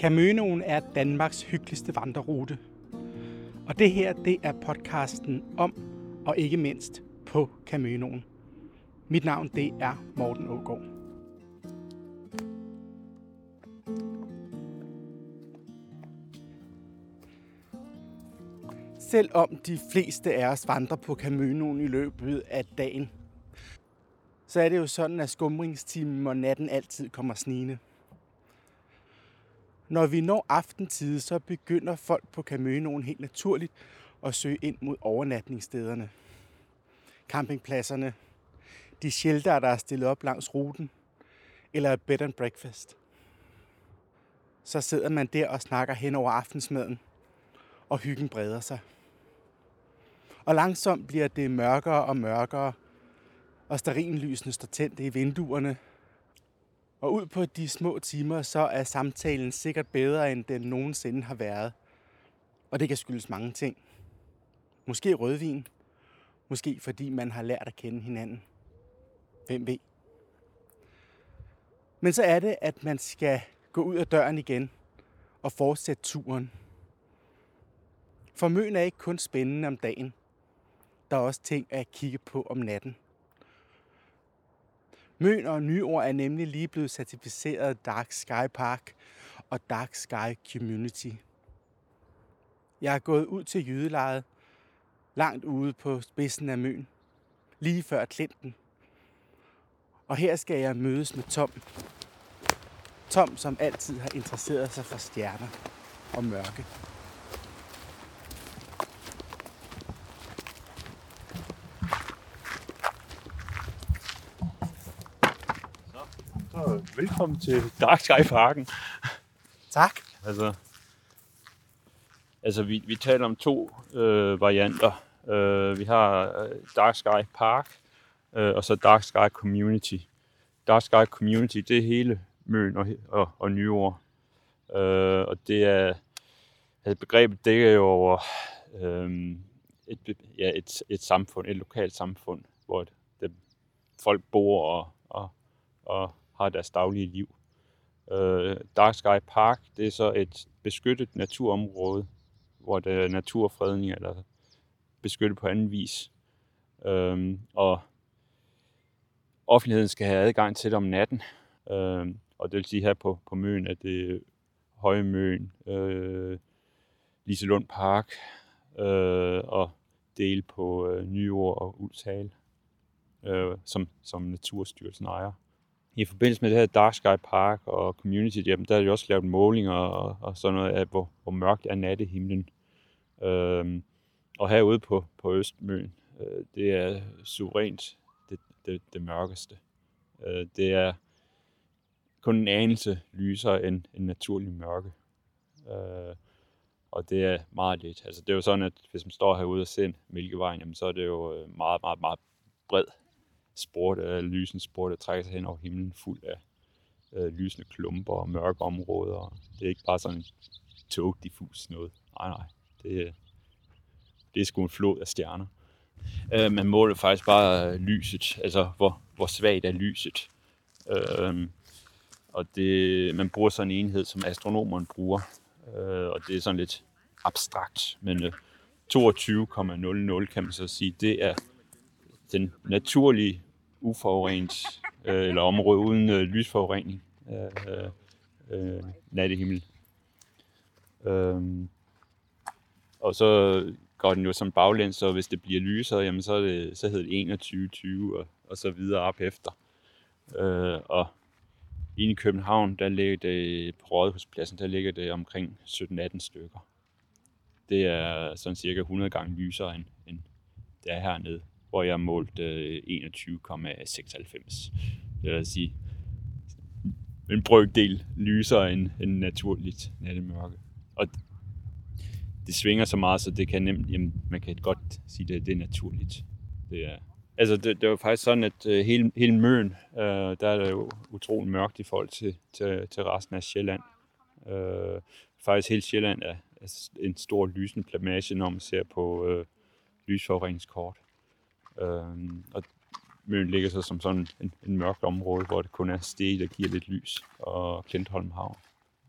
Caminoen er Danmarks hyggeligste vandrerute. Og det her, det er podcasten om, og ikke mindst på Caminoen. Mit navn, det er Morten Aagaard. Selvom de fleste af os vandrer på Caminoen i løbet af dagen, så er det jo sådan, at skumringstimen og natten altid kommer snigende. Når vi når aftentid, så begynder folk på Caminoen helt naturligt at søge ind mod overnatningsstederne. Campingpladserne, de sheltere, der er stillet op langs ruten, eller et bed and breakfast. Så sidder man der og snakker hen over aftensmaden, og hyggen breder sig. Og langsomt bliver det mørkere og mørkere, og stearinlysene står tændte i vinduerne. Og ud på de små timer, så er samtalen sikkert bedre, end den nogensinde har været. Og det kan skyldes mange ting. Måske rødvin. Måske fordi man har lært at kende hinanden. Hvem ved? Men så er det, at man skal gå ud af døren igen og fortsætte turen. For Møn er ikke kun spændende om dagen. Der er også ting at kigge på om natten. Møn og Nyord er nemlig lige blevet certificeret Dark Sky Park og Dark Sky Community. Jeg er gået ud til Jydelejet, langt ude på spidsen af Møn, lige før Klinten. Og her skal jeg mødes med Tom. Tom, som altid har interesseret sig for stjerner og mørke. Velkommen til Dark Sky Parken. Tak. Altså vi taler om to varianter. Vi har Dark Sky Park og så Dark Sky Community. Dark Sky Community, det er hele Møn og Nyord. Og det er, altså begrebet dækker jo over et samfund, et lokalt samfund, hvor folk bor og har deres daglige liv. Dark Sky Park, det er så et beskyttet naturområde, hvor der er naturfredning eller beskyttet på anden vis. Og offentligheden skal have adgang til det om natten. Og det vil sige her på Møn, at det er Høje Møn, Liselund Park og del på Nyord og Ulshale, som Naturstyrelsen ejer. I forbindelse med det her Dark Sky Park og Community, jamen, der er jo også lavet målinger og sådan noget af, hvor mørkt er nattehimlen. Og herude på Østmøn, det er suverænt det mørkeste. Det er kun en anelse lysere end en naturlig mørke. Og det er meget lidt. Altså, det er jo sådan, at hvis man står herude og ser Mælkevejen, jamen, så er det jo meget, meget, meget bred lysende spor, der trækker sig hen over himlen fuld af lysende klumper og mørke områder. Det er ikke bare sådan en togdiffus noget. Nej. Det er sgu en flod af stjerner. Man måler faktisk bare lyset, altså hvor svagt er lyset. Og man bruger sådan en enhed, som astronomerne bruger. Og det er sådan lidt abstrakt, men 22,00 kan man så sige, det er den naturlige uforurenet eller område uden lysforurening nattehimmel. Og så går den jo som baglæns, så hvis det bliver lysere, jamen så hedder det 21:20 og så videre op efter. Og inde i København, der ligger det på Rådhuspladsen, der ligger det omkring 17-18 stykker. Det er sådan cirka 100 gange lysere end det er hernede, hvor jeg har målt 21,96. Det vil sige en brøkdel lysere end naturligt nattemørke. Og det svinger så meget, så det kan nemt, jamen, man kan godt sige, at det er naturligt. Det var faktisk sådan, at hele Møn, der er det jo utroligt mørkt i forhold til resten af Sjælland. Faktisk hele Sjælland er en stor lysende plamage, når man ser på lysforureningskort. Og Møn ligger så som sådan en mørkt område, hvor det kun er Stege, der giver lidt lys, og Klintholm Havn.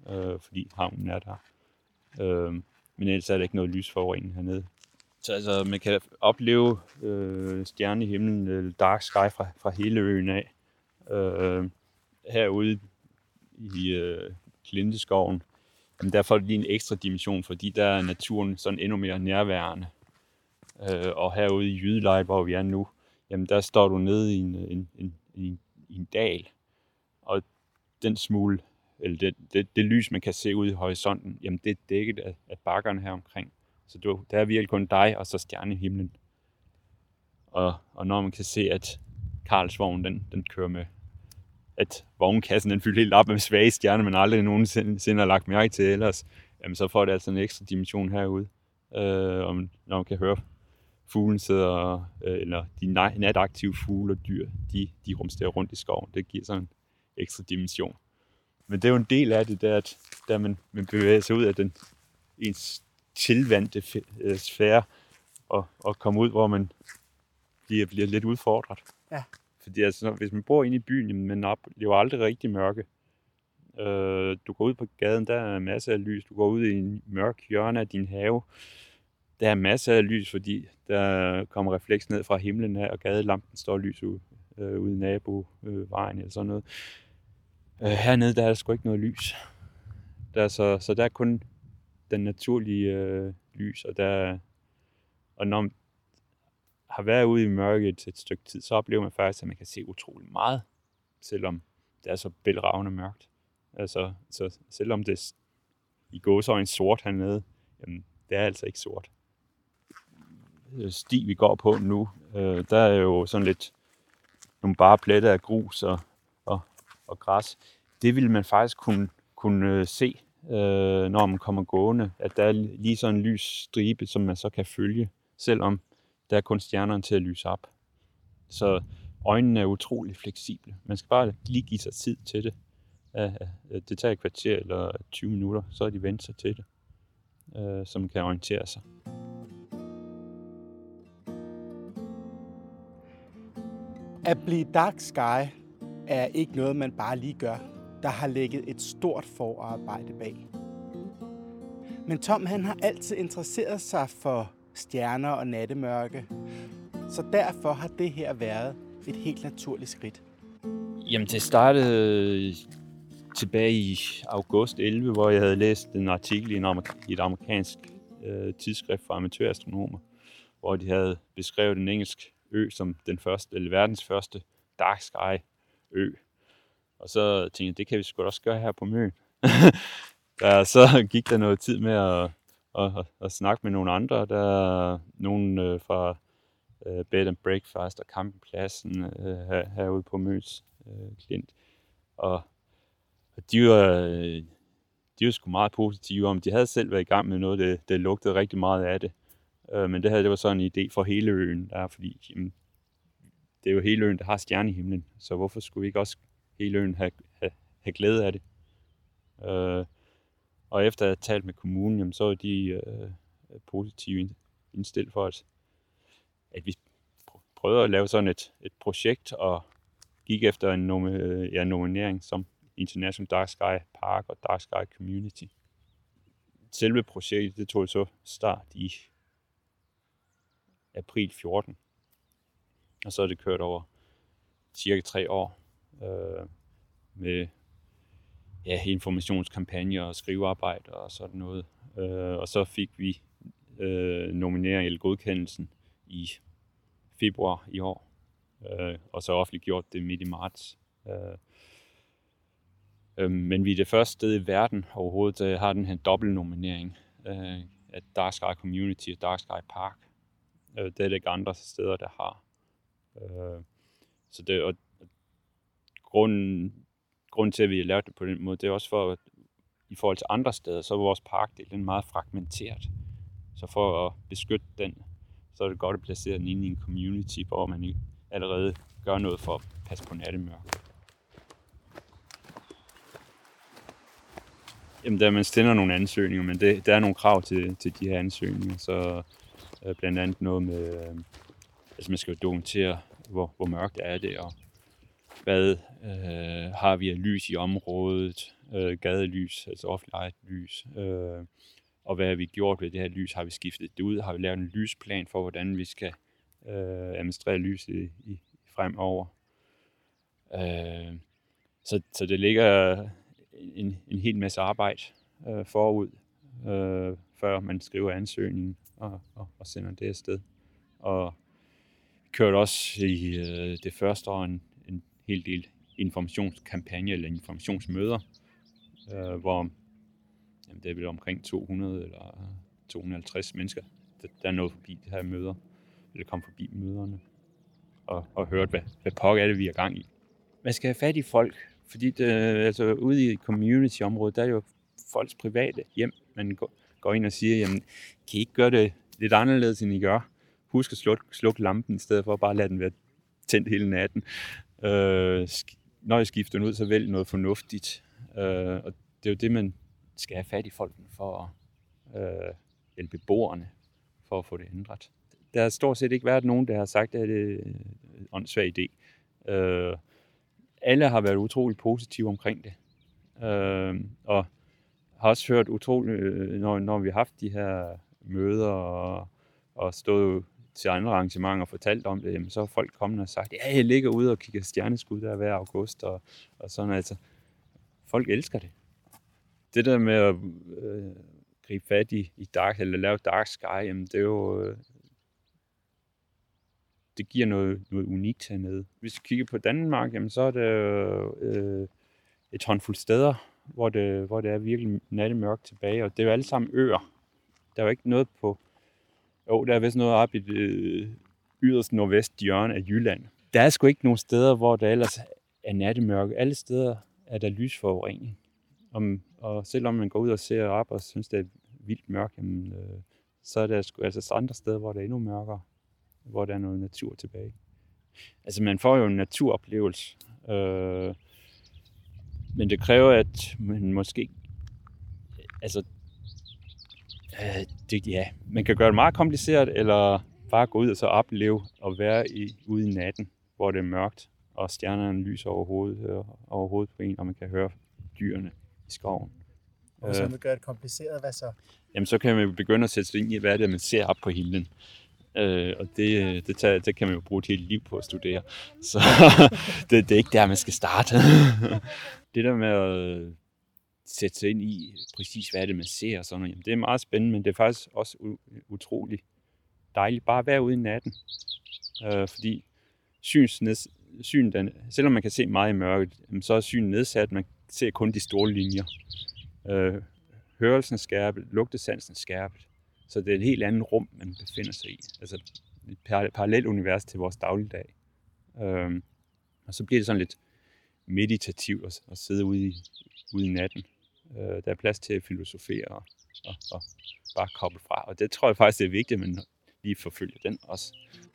fordi havnen er der. Men ellers er der ikke noget lysforurening hernede. Så altså, man kan opleve stjernehimlen, dark sky fra hele øen af. Herude i Klinteskoven, jamen der får det lige en ekstra dimension, fordi der er naturen sådan endnu mere nærværende. Og herude i Jydeleje, hvor vi er nu, jamen der står du nede i en dal, og den smule, eller det lys, man kan se ud i horisonten, jamen det er dækket af bakkerne her omkring. Så der er virkelig kun dig og så stjernehimlen. Og når man kan se, at Karlsvognen, den kører med, at vognkassen den fylder helt op med svage stjerner, man aldrig nogensinde har lagt mærke til ellers, jamen så får det altså en ekstra dimension herude. Når man kan høre fuglen sidder, eller de nataktive fugle og dyr, de rumsterer rundt i skoven. Det giver sådan en ekstra dimension. Men det er jo en del af det, der, at der man bevæger sig ud af ens tilvandte sfære, og komme ud, hvor man bliver lidt udfordret. Ja. Fordi altså, hvis man bor inde i byen, jamen, man oplever aldrig rigtig mørke. Du går ud på gaden, der er masser af lys. Du går ud i en mørk hjørne af din have. Der er masser af lys, fordi der kommer refleks ned fra himlen af, og gadelampen står lys ude i nabovejen eller sådan noget. Hernede, der er der sgu ikke noget lys. Så der er kun den naturlige lys, og når man har været ude i mørket et stykke tid, så oplever man faktisk, at man kan se utrolig meget, selvom det er så bælragende mørkt. Altså, så selvom det er i gåseøjne sort hernede, jamen, det er altså ikke sort. Sti, vi går på nu, der er jo sådan lidt nogle bare pletter af grus og græs. Det vil man faktisk kunne se, når man kommer gående, at der er lige sådan en lys stribe, som man så kan følge, selvom der er kun stjernerne til at lyse op. Så øjnene er utrolig fleksible. Man skal bare lige give sig tid til det. Det tager et kvarter eller 20 minutter, så er de vendt sig til det, som kan orientere sig. At blive dark sky er ikke noget, man bare lige gør. Der har ligget et stort forarbejde bag. Men Tom, han har altid interesseret sig for stjerner og nattemørke. Så derfor har det her været et helt naturligt skridt. Jamen, det startede tilbage i august 11, hvor jeg havde læst en artikel i et amerikansk tidsskrift for amatørastronomer, hvor de havde beskrevet en engelsk ø som den første, eller verdens første dark sky ø. Og så tænkte jeg, det kan vi sgu også gøre her på Møn. Så gik der noget tid med at snakke med nogle andre. Der er nogen fra Bed and Breakfast og campingpladsen herude på Møns Klint. Og de var sgu meget positive om. De havde selv været i gang med noget, det lugtede rigtig meget af det. Men det var sådan en idé for hele øen, der, fordi jamen, det er jo hele øen, der har stjernehimlen. Så hvorfor skulle vi ikke også hele øen have glæde af det? Og efter at have talt med kommunen, jamen, så er de positivt indstillet for os, at vi prøvede at lave sådan et projekt og gik efter en nominering som International Dark Sky Park og Dark Sky Community. Selve projektet, det tog så start i april 14. Og så er det kørt over cirka 3 år med informationskampagner og skrivearbejde og sådan noget. Og så fik vi nominering eller godkendelsen i februar i år. Og så offentliggjort det midt i marts. Men vi er det første sted i verden overhovedet, der har den her dobbeltnominering af Dark Sky Community og Dark Sky Park. Det er der ikke andre steder, der har. Så det er grunden til, at vi har lavet det på den måde, det er også for, at i forhold til andre steder, så er vores parkdel meget fragmenteret. Så for at beskytte den, så er det godt at placere den inde i en community, hvor man allerede gør noget for at passe på nattemørke. Jamen, der man stiller nogle ansøgninger, men der er nogle krav til de her ansøgninger, så blandt andet noget med, altså man skal jo dokumentere, hvor mørkt er det, og hvad har vi af lys i området, gadelys, altså offentligt ejet lys. Og hvad har vi gjort ved det her lys? Har vi skiftet det ud? Har vi lavet en lysplan for, hvordan vi skal administrere lyset i fremover? Så det ligger en hel masse arbejde forud, før man skriver ansøgningen og sender det afsted. Og vi kørte også i det første år en hel del informationskampagne eller informationsmøder, hvor det er vel omkring 200 eller 250 mennesker, der nåede forbi de her møder, eller kom forbi møderne og hørte, hvad pokker er det, vi er gang i. Man skal have fat i folk, fordi altså ude i community-området, der er jo folks private hjem. Man går ind og siger, jamen, kan I ikke gøre det lidt anderledes, end I gør? Husk at slukke lampen, i stedet for at bare lade den være tændt hele natten. Når I skifter den ud, så vælg noget fornuftigt. Og det er jo det, man skal have fat i folkene for at hjælpe beboerne for at få det ændret. Der har stort set ikke været nogen, der har sagt, at det er en åndssvag idé. Alle har været utroligt positive omkring det. Og har også hørt utroligt, når vi har haft de her møder og stået til andre arrangementer og fortalt om det, jamen, så er folk kommet og sagt, ja, jeg ligger ude og kigger stjerneskud der hver august og sådan. Altså, folk elsker det. Det der med at gribe fat i dark, eller lave dark sky, jamen, det er jo det giver noget unikt hernede. Hvis vi kigger på Danmark, jamen, så er det et håndfuld steder, hvor det er virkelig nattemørkt tilbage, og det er jo alle sammen øer. Der er jo ikke noget på... der er vist noget oppe i det yderste nordvest hjørne af Jylland. Der er sgu ikke nogen steder, hvor der ellers er nattemørke. Alle steder er der lysforurening. Og selvom man går ud og ser op og synes, det er vildt mørkt, jamen, så er der sgu altså andre steder, hvor det er endnu mørkere, hvor der er noget natur tilbage. Altså man får jo en naturoplevelse, men det kræver, at man måske... Altså, man kan gøre det meget kompliceret, eller bare gå ud og så opleve at være ude i natten, hvor det er mørkt, og stjernerne lyser over hovedet på en, og man kan høre dyrene i skoven. Og hvis man vil gøre det kompliceret, hvad så? Jamen, så kan man jo begynde at sætte sig ind i, hvad det er, man ser op på himlen. Og det kan man jo bruge et helt liv på at studere. Så det er ikke der, man skal starte. Det der med at sætte sig ind i præcis, hvad det man ser og sådan noget, jamen, det er meget spændende, men det er faktisk også utroligt dejligt bare at være ude i natten. Fordi selvom man kan se meget i mørket, så er synet nedsat, man ser kun de store linjer. Hørelsen er skærpet, lugtesansen er skærpet. Så det er et helt andet rum, man befinder sig i. Altså et parallelt univers til vores dagligdag. Og så bliver det sådan lidt meditativt at sidde ude i natten. Der er plads til at filosofere og bare koble fra. Og det tror jeg faktisk, det er vigtigt, at man lige forfølger den også.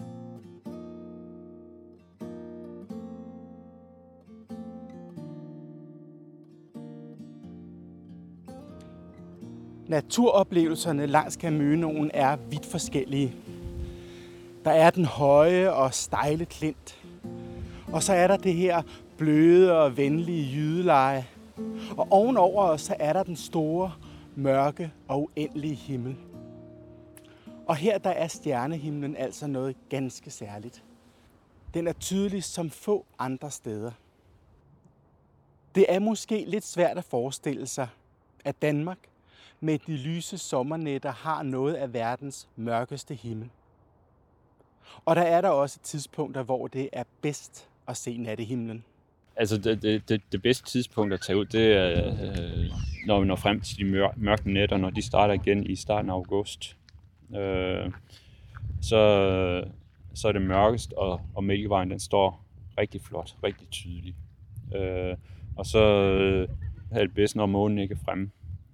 Naturoplevelserne langs Caminoen er vidt forskellige. Der er den høje og stejle klint. Og så er der det her bløde og venlige jydeleje. Og ovenover os så er der den store, mørke og uendelige himmel. Og her der er stjernehimlen altså noget ganske særligt. Den er tydelig som få andre steder. Det er måske lidt svært at forestille sig, at Danmark med de lyse sommernætter har noget af verdens mørkeste himmel. Og der er der også tidspunkter, hvor det er bedst at se nattehimlen. Altså det bedste tidspunkt at tage ud, det er, når vi når frem til de mørke nætter, når de starter igen i starten af august. Så er det mørkest, og Mælkevejen den står rigtig flot, rigtig tydelig. Og så er det bedst, når månen ikke er fremme.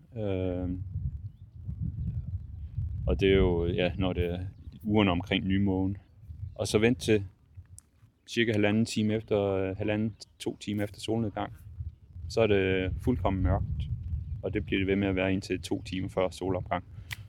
Og det er jo, når det er ugerne omkring nymåne. Og så vent til cirka 1,5 time efter, 2 timer efter solnedgang. Så er det fuldkommen mørkt. Og det bliver det ved med at være indtil 2 timer før solopgang.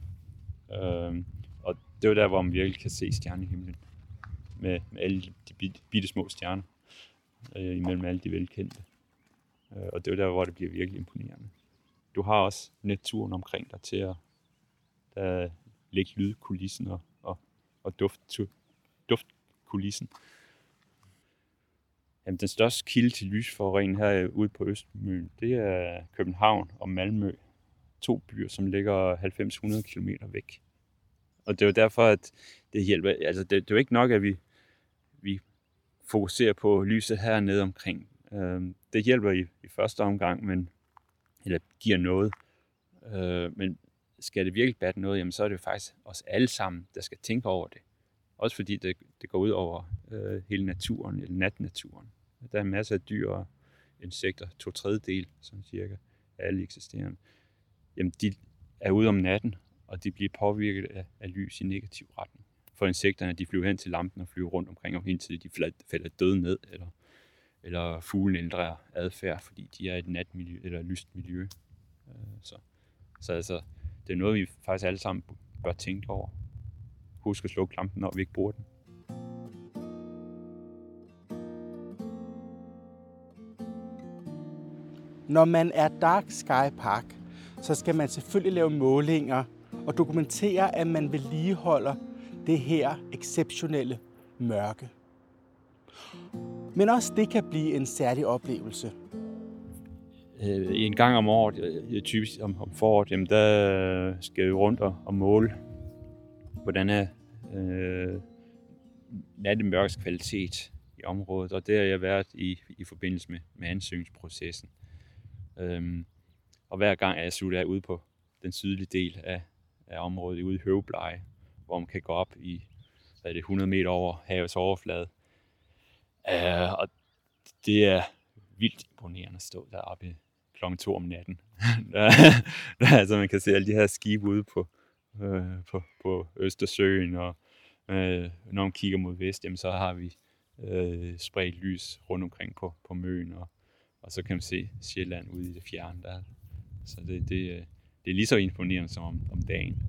Og det er jo der, hvor man virkelig kan se stjernehimlen. Med alle de bitte små stjerner. Imellem alle de velkendte. Og det er der, hvor det bliver virkelig imponerende. Du har også naturen omkring dig til at lægge lydkulissen og duftkulissen. Jamen, den største kilde til lysforurening her ude på Østmøn, det er København og Malmø. 2 byer, som ligger 90-100 kilometer væk. Og det er jo derfor, at det hjælper. Altså, det er jo ikke nok, at vi fokuserer på lyset hernede omkring. Det hjælper i første omgang, eller giver noget. Men skal det virkelig batte noget, jamen, så er det jo faktisk os alle sammen, der skal tænke over det. Også fordi det går ud over hele naturen, eller natnaturen. Der er masser af dyr og insekter, 2/3 som cirka af alle eksisterende. Jamen, de er ude om natten, og de bliver påvirket af lys i negativ retning. For insekterne, de flyver hen til lampen og flyver rundt omkring, og indtil de falder døde ned, eller fuglen ændrer adfærd, fordi de er i et natmiljø eller et lyst miljø. Så altså, det er noget, vi faktisk alle sammen bør tænke over. Husk at slukke lampen, når vi ikke bruger den. Når man er Dark Sky Park, så skal man selvfølgelig lave målinger og dokumentere, at man vedligeholder det her exceptionelle mørke. Men også det kan blive en særlig oplevelse. En gang om året, typisk om foråret, jamen der skal vi rundt og måle, hvordan er nattemørkets kvalitet i området. Og det har jeg været i forbindelse med ansøgningsprocessen. Og hver gang er jeg sluttet af ude på den sydlige del af området, ude i Høvbleje, hvor man kan gå op i 100 meter over havets overflade. Og det er vildt imponerende at stå deroppe klokken 2 om natten. Altså man kan se alle de her skibe ude på Østersøen, og når man kigger mod vest, jamen, så har vi spredt lys rundt omkring på Møn, og så kan man se Sjælland ude i det fjerne der. Så det er lige så imponerende som om dagen.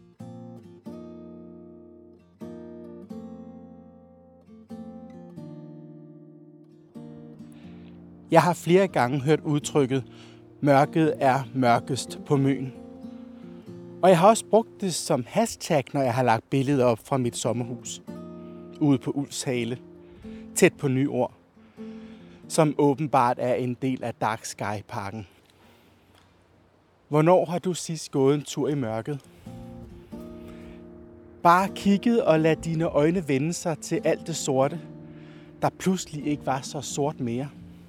Jeg har flere gange hørt udtrykket, mørket er mørkest på Møn. Og jeg har også brugt det som hashtag, når jeg har lagt billeder op fra mit sommerhus. Ude på Ulvshale, tæt på Nyord, som åbenbart er en del af Dark Sky Parken. Hvornår har du sidst gået en tur i mørket? Bare kigget og lad dine øjne vende sig til alt det sorte, der pludselig ikke var så sort mere.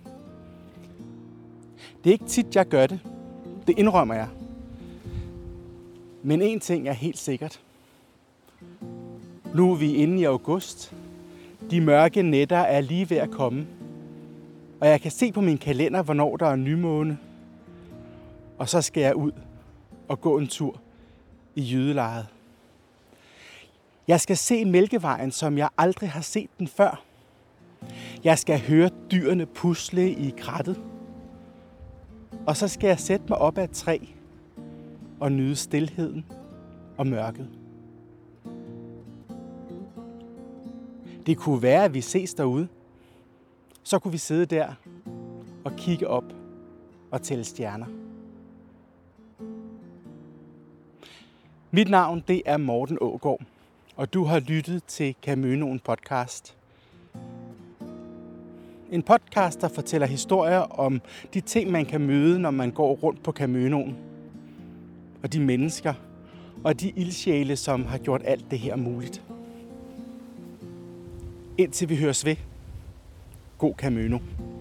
Det er ikke tit, jeg gør det. Det indrømmer jeg. Men en ting er helt sikkert. Nu er vi inde i august. De mørke nætter er lige ved at komme. Og jeg kan se på min kalender, hvornår der er nymåne. Og så skal jeg ud og gå en tur i Jydelejet. Jeg skal se Mælkevejen, som jeg aldrig har set den før. Jeg skal høre dyrene pusle i krattet. Og så skal jeg sætte mig op ad et træ og nyde stilheden og mørket. Det kunne være, at vi ses derude. Så kunne vi sidde der og kigge op og tælle stjerner. Mit navn, det er Morten Aagaard, og du har lyttet til Caminoen podcast. En podcast, der fortæller historier om de ting, man kan møde, når man går rundt på Caminoen. Og de mennesker og de ildsjæle, som har gjort alt det her muligt. Indtil vi høres ved. God Camino.